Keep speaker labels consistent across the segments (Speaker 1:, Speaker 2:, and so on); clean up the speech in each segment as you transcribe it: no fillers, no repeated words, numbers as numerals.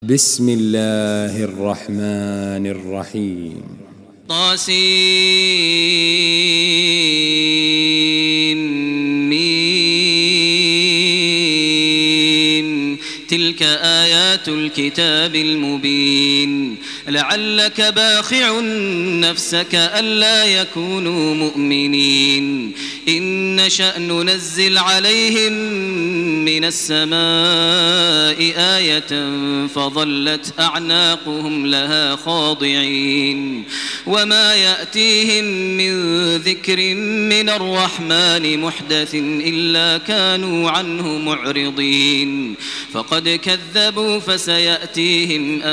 Speaker 1: بسم الله الرحمن الرحيم
Speaker 2: طاسيم تلك آيات الكتاب المبين لعلك باخع نفسك ألا يكونوا مؤمنين إن نشأ ننزل عليهم من السماء آية فظلت أعناقهم لها خاضعين وما يأتيهم من ذكر من الرحمن محدث إلا كانوا عنه معرضين فقد كذبوا فسيأتيهم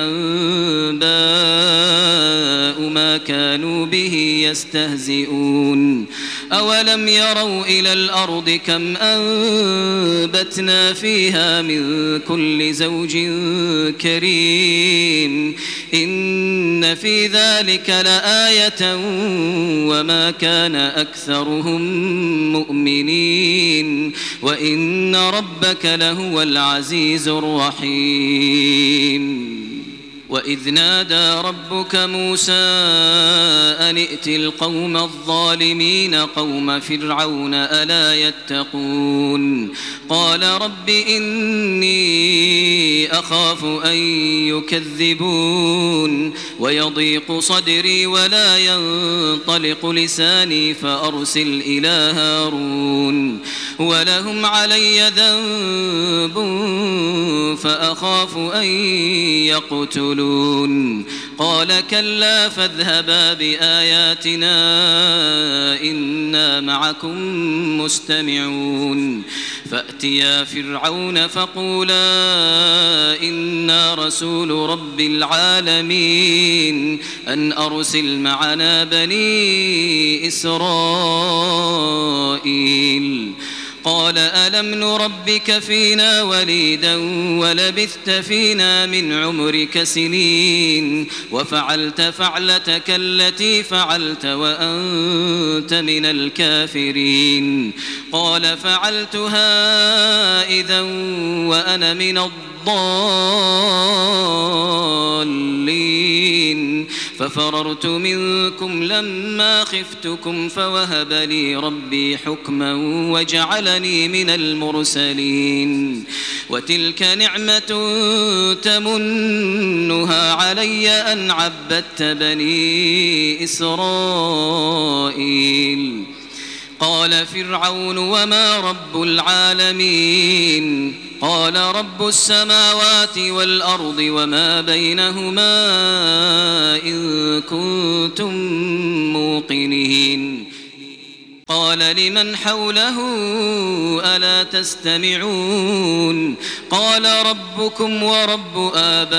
Speaker 2: أنباء ما كانوا به يستهزئون أولم يروا إلى الأرض كم أنبتنا فيها من كل زوج كريم إن في ذلك لآية وما كان أكثرهم مؤمنين وإن ربك لهو العزيز الرحيم وإذ نادى ربك موسى أن ائت القوم الظالمين قوم فرعون ألا يتقون قال رب إني أخاف أن يكذبون ويضيق صدري ولا ينطلق لساني فأرسل إلى هارون ولهم علي ذنب فأخاف أن يقتلون قال كلا فاذهبا بآياتنا إنا معكم مستمعون فأتيا فرعون فقولا إنا رسول رب العالمين أن أرسل معنا بني إسرائيل قال ألم نربك فينا وليدا ولبثت فينا من عمرك سنين وفعلت فعلتك التي فعلت وأنت من الكافرين قال فعلتها إذا وأنا من الضالين ففررت منكم لما خفتكم فوهب لي ربي حكما وجعلني من المرسلين وتلك نعمة تمنها علي أن عبدت بني إسرائيل قال فرعون وما رب العالمين قال رب السماوات والأرض وما بينهما إن كنتم موقنين قال لمن حوله ألا تستمعون قال ربكم ورب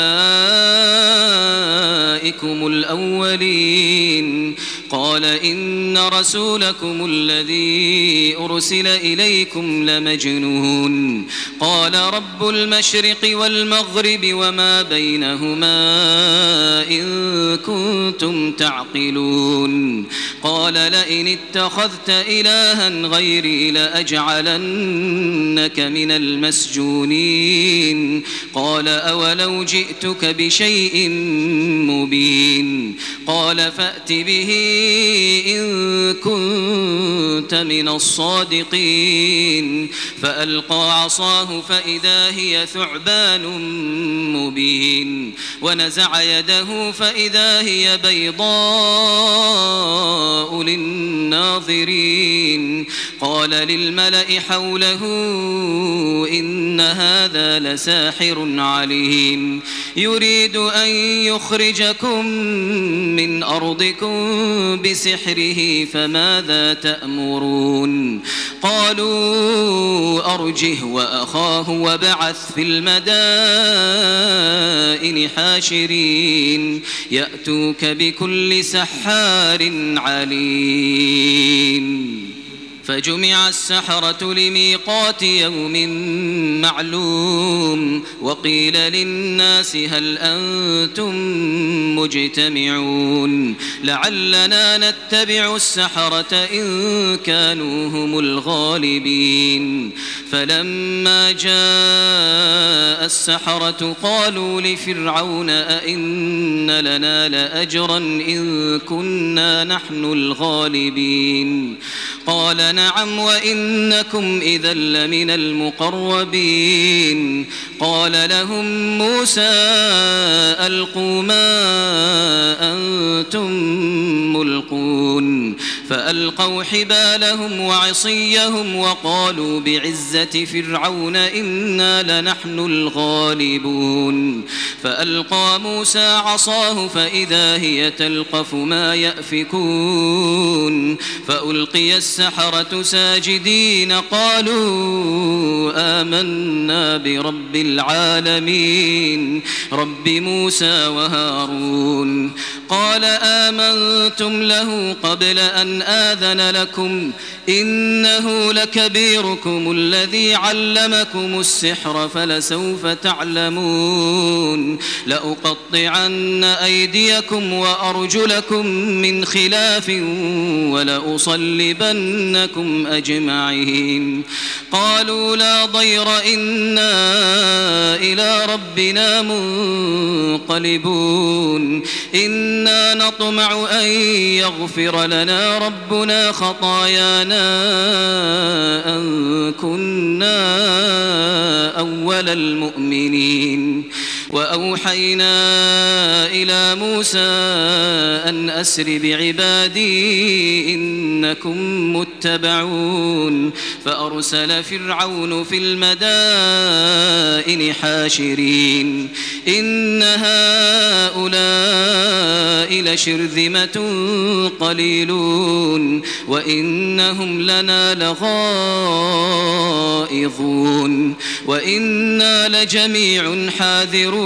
Speaker 2: آبائكم الأولين قال إن رسولكم الذي أرسل إليكم لمجنون قال رب المشرق والمغرب وما بينهما إن كنتم تعقلون قال لئن اتخذت إلها غيري لأجعلنك من المسجونين قال أولو جئتك بشيء مبين قال فأت به إن كنت من الصادقين فألقى عصاه فإذا هي ثعبان مبين ونزع يده فإذا هي بيضاء للناظرين قال للملأ حوله إن هذا لساحر عليم يريد أن يخرجكم من أرضكم بسحره فماذا تأمرون قالوا أرجه وأخاه وابعث في المدائن حاشرين يأتوك بكل سحار عليم فجمع السحرة لميقات يوم معلوم وقيل للناس هل أنتم مجتمعون لعلنا نتبع السحرة إن كانوا هم الغالبين فلما جاء السحرة قالوا لفرعون أئن لنا لأجرا إن كنا نحن الغالبين قال نعم وإنكم إذا لمن المقربين قال لهم موسى ألقوا ما أنتم ملقون فألقوا حبالهم وعصيهم وقالوا بعزة فرعون إنا لنحن الغالبون فألقى موسى عصاه فإذا هي تلقف ما يأفكون فألقي السحرة ساجدين قالوا آمنا برب العالمين رب موسى وهارون قال آمنتم له قبل أن آذن لكم إنه لكبيركم الذي علمكم السحر فلسوف تعلمون لأقطعن أيديكم وأرجلكم من خلاف ولأصلبنكم أجمعين قالوا لا ضير إنا إلى ربنا منقلبون إنا نطمع أن يغفر لنا ربنا خطايانا أن كنا أول المؤمنين وأوحينا إلى موسى أن أسر بعبادي إنكم متبعون فأرسل فرعون في المدائن حاشرين إن هؤلاء لشرذمة قليلون وإنهم لنا لغائظون وإنا لجميع حاذرون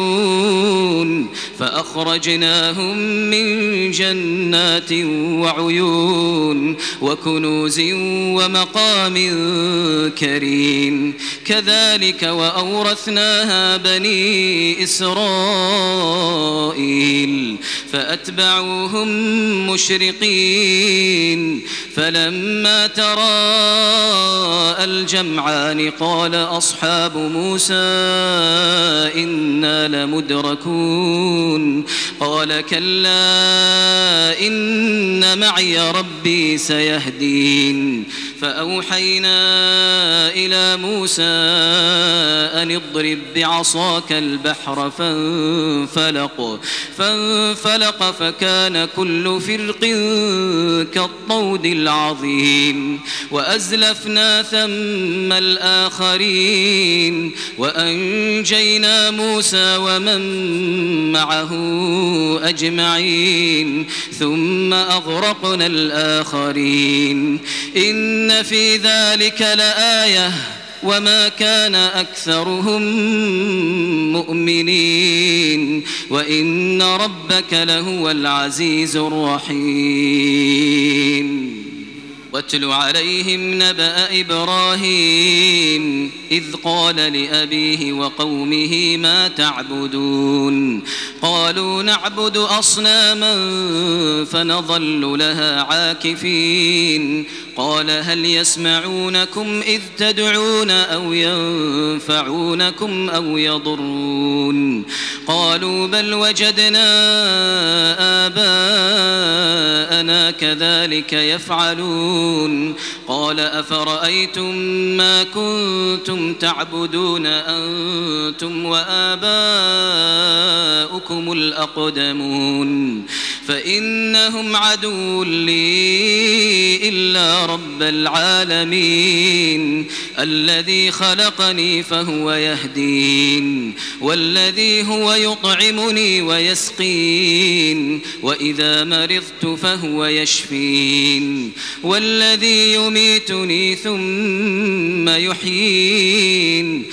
Speaker 2: فأخرجناهم من جنات وعيون وكنوز ومقام كريم كذلك وأورثناها بني إسرائيل فأتبعوهم مشرقين فلما تراءى الجمعان قال أصحاب موسى إنا لمدركون قال كلا إن معي ربي سيهدين فأوحينا إلى موسى أن اضرب بعصاك البحر فانفلق فكان كل فرق كالطود العظيم وأزلفنا ثم الآخرين وأنجينا موسى ومن معه أجمعين ثم أغرقنا الآخرين إن في ذلك لآية وما كان أكثرهم مؤمنين وإن ربك لهو العزيز الرحيم واتل عليهم نبأ إبراهيم إذ قال لأبيه وقومه ما تعبدون قالوا نعبد أصناما فنظل لها عاكفين قال هل يسمعونكم إذ تدعون أو ينفعونكم أو يضرون قالوا بل وجدنا آباءنا كذلك يفعلون قال أفرأيتم ما كنتم تعبدون أنتم وآباؤكم الأقدمون فإنهم عدو لي إلا رب العالمين الذي خلقني فهو يهدين والذي هو يطعمني ويسقين وإذا مرضت فهو يشفين والذي يميتني ثم يحيين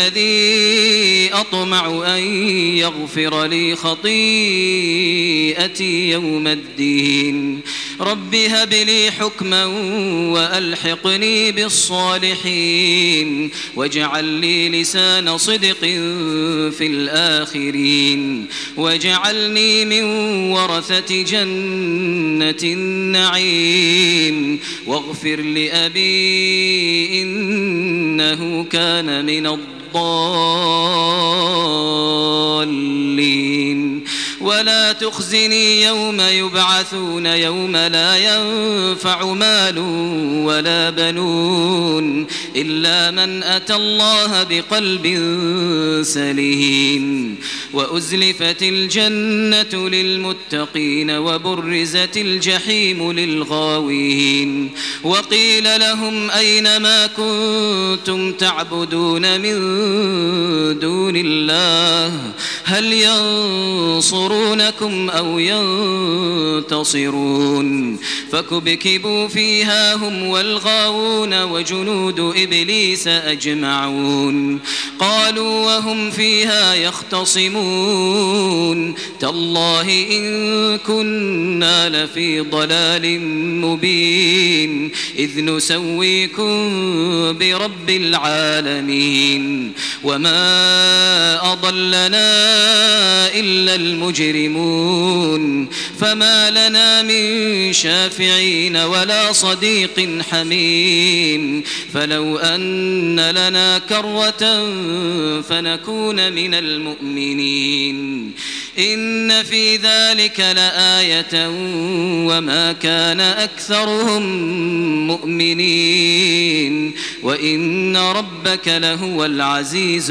Speaker 2: والذي أطمع أن يغفر لي خطيئتي تحيتي يوم الدين رب هب لي حكما وألحقني بالصالحين واجعل لي لسان صدق في الآخرين واجعلني من ورثة جنة النعيم واغفر لأبي إنه كان من الضالين ولا تخزني يوم يبعثون يوم لا ينفع مال ولا بنون إلا من أتى الله بقلب سليم وأزلفت الجنة للمتقين وبرزت الجحيم للغاوين وقيل لهم أين ما كنتم تعبدون من دون الله هل ينصرونكم أو ينتصرون فكبكبوا فيها هم والغاوون وجنود إبليس أجمعون قالوا وهم فيها يختصمون تالله إن كنا لفي ضلال مبين إذ نسويكم برب العالمين وما أضلنا إلا المجرمون فما لنا من شافعين ولا صديق حميم فلو أن لنا كرة فنكون من المؤمنين إن في ذلك لآية وما كان أكثرهم مؤمنين وإن ربك لهو العزيز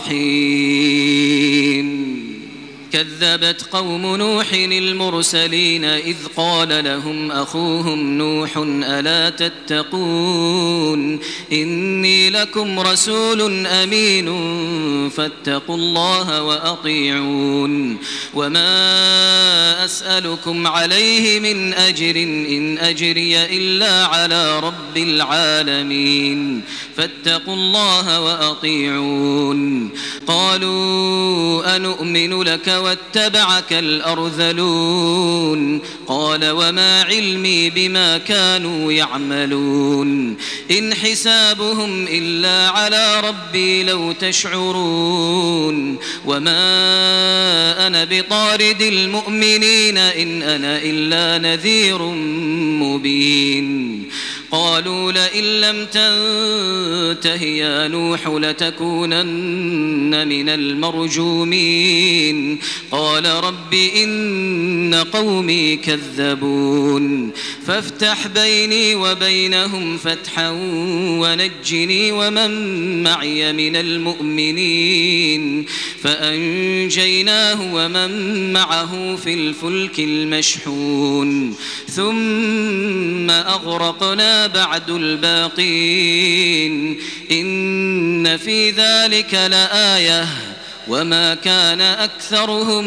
Speaker 2: الرحيم كذبت قوم نوح المرسلين إذ قال لهم أخوهم نوح ألا تتقون إني لكم رسول أمين فاتقوا الله وأطيعون وما أسألكم عليه من أجر إن أجري إلا على رب العالمين فاتقوا الله وأطيعون قالوا أنؤمن لك واتبعك الأرذلون قال وما علمي بما كانوا يعملون إن حسابهم إلا على ربي لو تشعرون وما أنا بطارد المؤمنين إن أنا إلا نذير مبين قالوا لئن لم تنته يا نوح لتكونن من المرجومين قال رب إن قومي كذبون فافتح بيني وبينهم فتحا ونجني ومن معي من المؤمنين فأنجيناه ومن معه في الفلك المشحون ثم أغرقنا بعد الباقين إن في ذلك لآية وما كان أكثرهم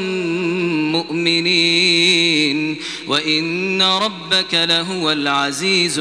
Speaker 2: مؤمنين وإن ربك لهو العزيز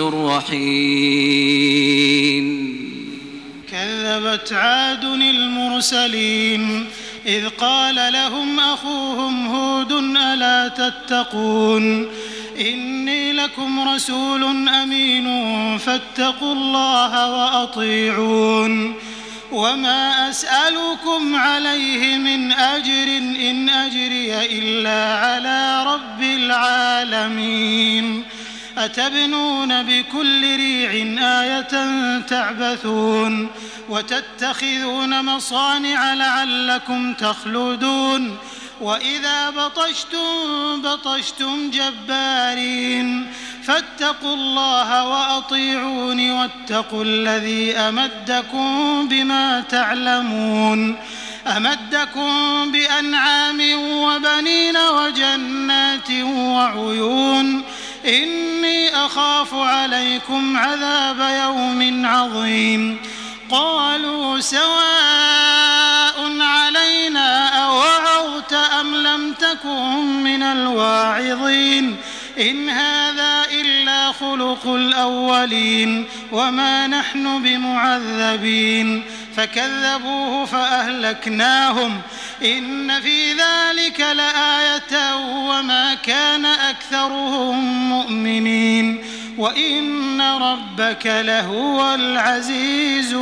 Speaker 2: الرحيم
Speaker 3: كذبت عاد المرسلين إذ قال لهم أخوهم هود ألا تتقون إني لكم رسول أمين فاتقوا الله وأطيعون وما أسألكم عليه من أجر إن أجري إلا على رب العالمين أتبنون بكل ريع آية تعبثون وتتخذون مصانع لعلكم تخلدون وإذا بطشتم جبارين فاتقوا الله وأطيعون واتقوا الذي أمدكم بما تعلمون أمدكم بأنعام وبنين وجنات وعيون إني أخاف عليكم عذاب يوم عظيم قالوا سواء علينا أوعظت أم لم تكن من الواعظين إن هذا إلا خلق الأولين وما نحن بمعذبين فكذبوه فأهلكناهم إن في ذلك لآية وما كان أكثرهم مؤمنين وإن ربك لهو العزيز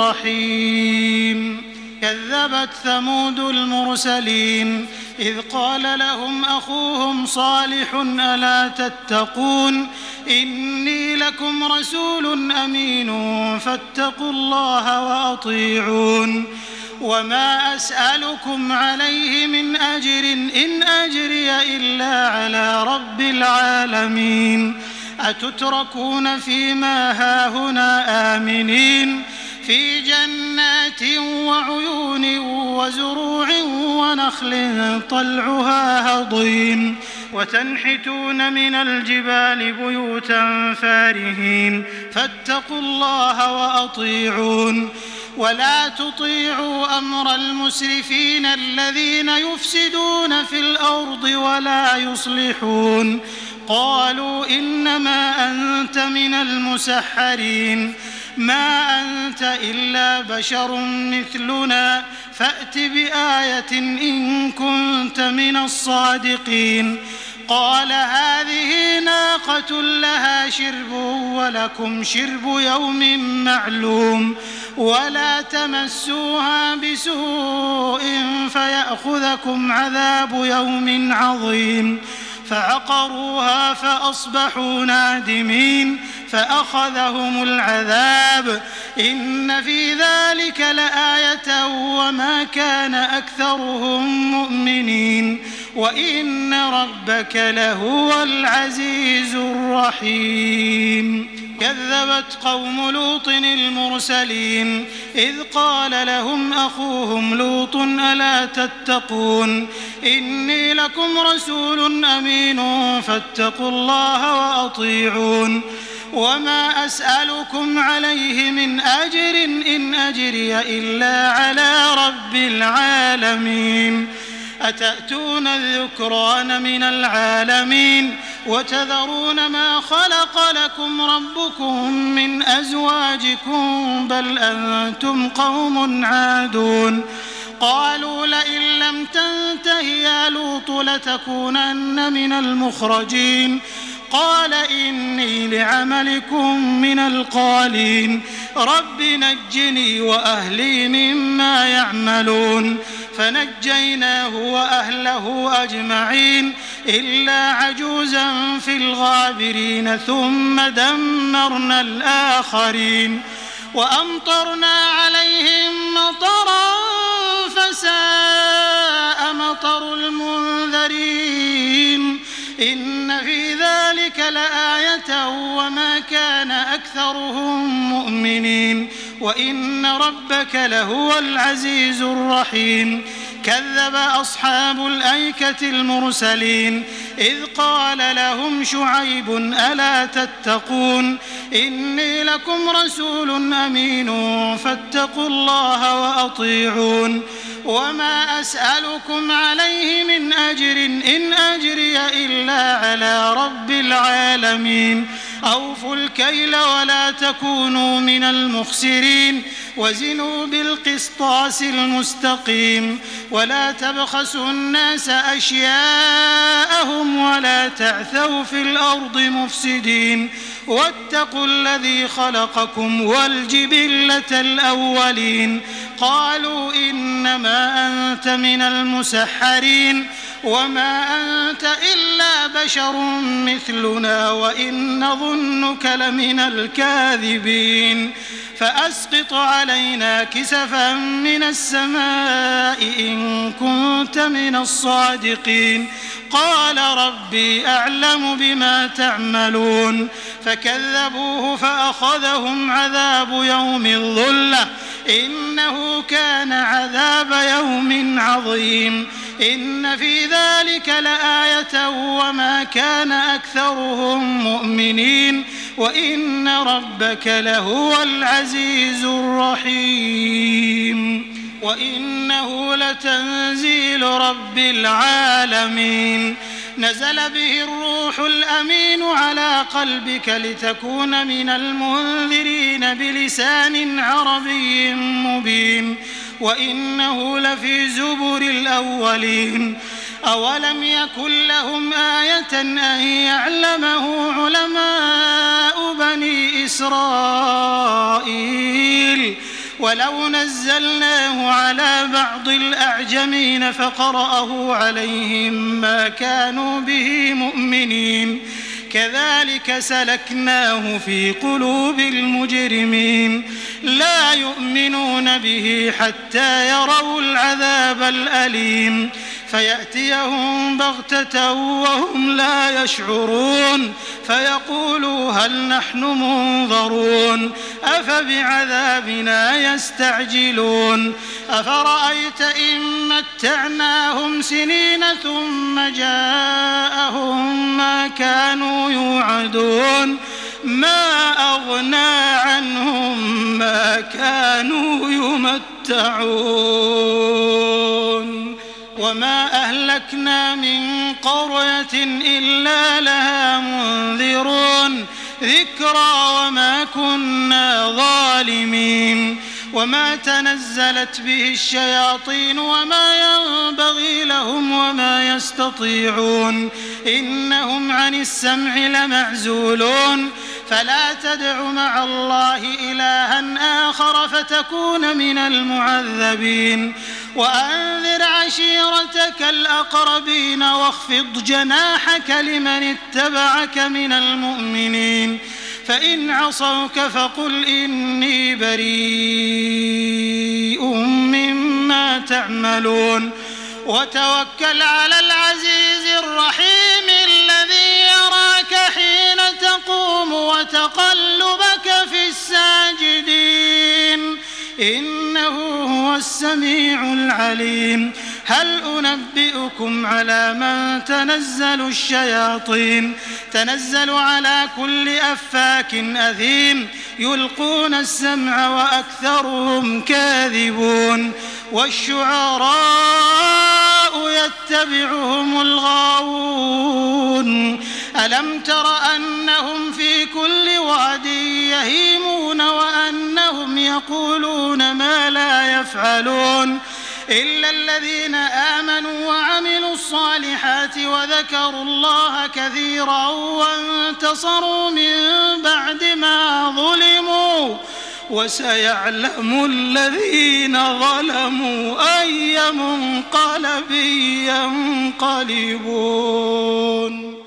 Speaker 3: الرحيم. كذبت ثمود المرسلين إذ قال لهم أخوهم صالح ألا تتقون إني لكم رسول أمين فاتقوا الله وأطيعون وما أسألكم عليه من أجر إن أجري إلا على رب العالمين. أتتركون فيما هاهنا آمنين في جنات وعيون وزروع ونخل طلعها هضيم وتنحتون من الجبال بيوتا فارهين فاتقوا الله وأطيعون ولا تطيعوا أمر المسرفين الذين يفسدون في الأرض ولا يصلحون. قالوا إنما أنت من المسحرين ما أنت إلا بشر مثلنا فأت بآية إن كنت من الصادقين. قال هذه ناقة لها شرب ولكم شرب يوم معلوم ولا تمسوها بسوء فيأخذكم عذاب يوم عظيم. فعقروها فأصبحوا نادمين فأخذهم العذاب إن في ذلك لآية وما كان أكثرهم مؤمنين وإن ربك لهو العزيز الرحيم. كذبت قوم لوط المرسلين إذ قال لهم أخوهم لوط ألا تتقون إني لكم رسول أمين فاتقوا الله وأطيعون وما أسألكم عليه من أجر إن أجري إلا على رب العالمين. أتأتون الذكران من العالمين وتذرون ما خلق لكم ربكم من أزواجكم بل أنتم قوم عادون. قالوا لئن لم تنته يا لوط لتكونن من المخرجين. قال إني لعملكم من القالين رب نجني وأهلي مما يعملون. فنجيناه وأهله أجمعين إلا عجوزا في الغابرين ثم دمرنا الآخرين وأمطرنا عليهم مطرا فساء مطر المنذرين. إن في ذلك لآية وما كان أكثرهم مؤمنين وإن ربك لهو العزيز الرحيم. كذب أصحاب الأيكة المرسلين إذ قال لهم شعيب ألا تتقون إني لكم رسول أمين فاتقوا الله وأطيعون وما أسألكم عليه من أجر إن أجري إلا على رب العالمين. أوفوا الكيل ولا تكونوا من المخسرين وزنوا بالقسطاس المستقيم ولا تبخسوا الناس أشياءهم ولا تعثوا في الأرض مفسدين واتقوا الذي خلقكم والجبلة الأولين. قالوا إنما أنت من المسحرين وما أنت إلا بشر مثلنا وإن نظنك لمن الكاذبين. فأسقط علينا كسفا من السماء إن كنت من الصادقين. قال ربي أعلم بما تعملون. فكذبوه فأخذهم عذاب يوم الظلة إنه كان عذاب يوم عظيم. إن في ذلك لآية وما كان أكثرهم مؤمنين وإن ربك لهو العزيز الرحيم. وإنه لتنزيل رب العالمين نزل به الروح الأمين على قلبك لتكون من المنذرين بلسان عربي مبين وإنه لفي زبر الأولين أولم يكن لهم آية أن يعلمه علماء بني إسرائيل ولو نزلناه على بعض الأعجمين فقرأه عليهم ما كانوا به مؤمنين كذلك سلكناه في قلوب المجرمين لا يؤمنون به حتى يروا العذاب الأليم فيأتيهم بغتة وهم لا يشعرون فيقولوا هل نحن منظرون أفبعذابنا يستعجلون أفرأيت إن متعناهم سنين ثم جاءهم ما كانوا يوعدون ما أغنى عنهم ما كانوا يمتعون وما أهلكنا من قرية إلا لها منذرون ذكرى وما كنا ظالمين وما تنزلت به الشياطين وما ينبغي لهم وما يستطيعون إنهم عن السمع لمعزولون فلا تدع مع الله إلها آخر فتكون من المعذبين وأنذر عشيرتك الأقربين واخفض جناحك لمن اتبعك من المؤمنين فإن عصوك فقل إني بريء مما تعملون وتوكل على العزيز الرحيم الذي يراك حين تقوم وتقلبك في الساجدين إنه هو السميع العليم هل أنبئكم على من تنزل الشياطين تنزل على كل أفاك أثيم يلقون السمع وأكثرهم كاذبون والشعراء يتبعهم الغاوون ألم تر أنهم في كل واد يهيمون وأنهم يقولون ما لا يفعلون إلا الذين آمنوا وعملوا الصالحات وذكروا الله كثيرا وانتصروا من بعد ما ظلموا وسيعلم الذين ظلموا أي منقلب ينقلبون.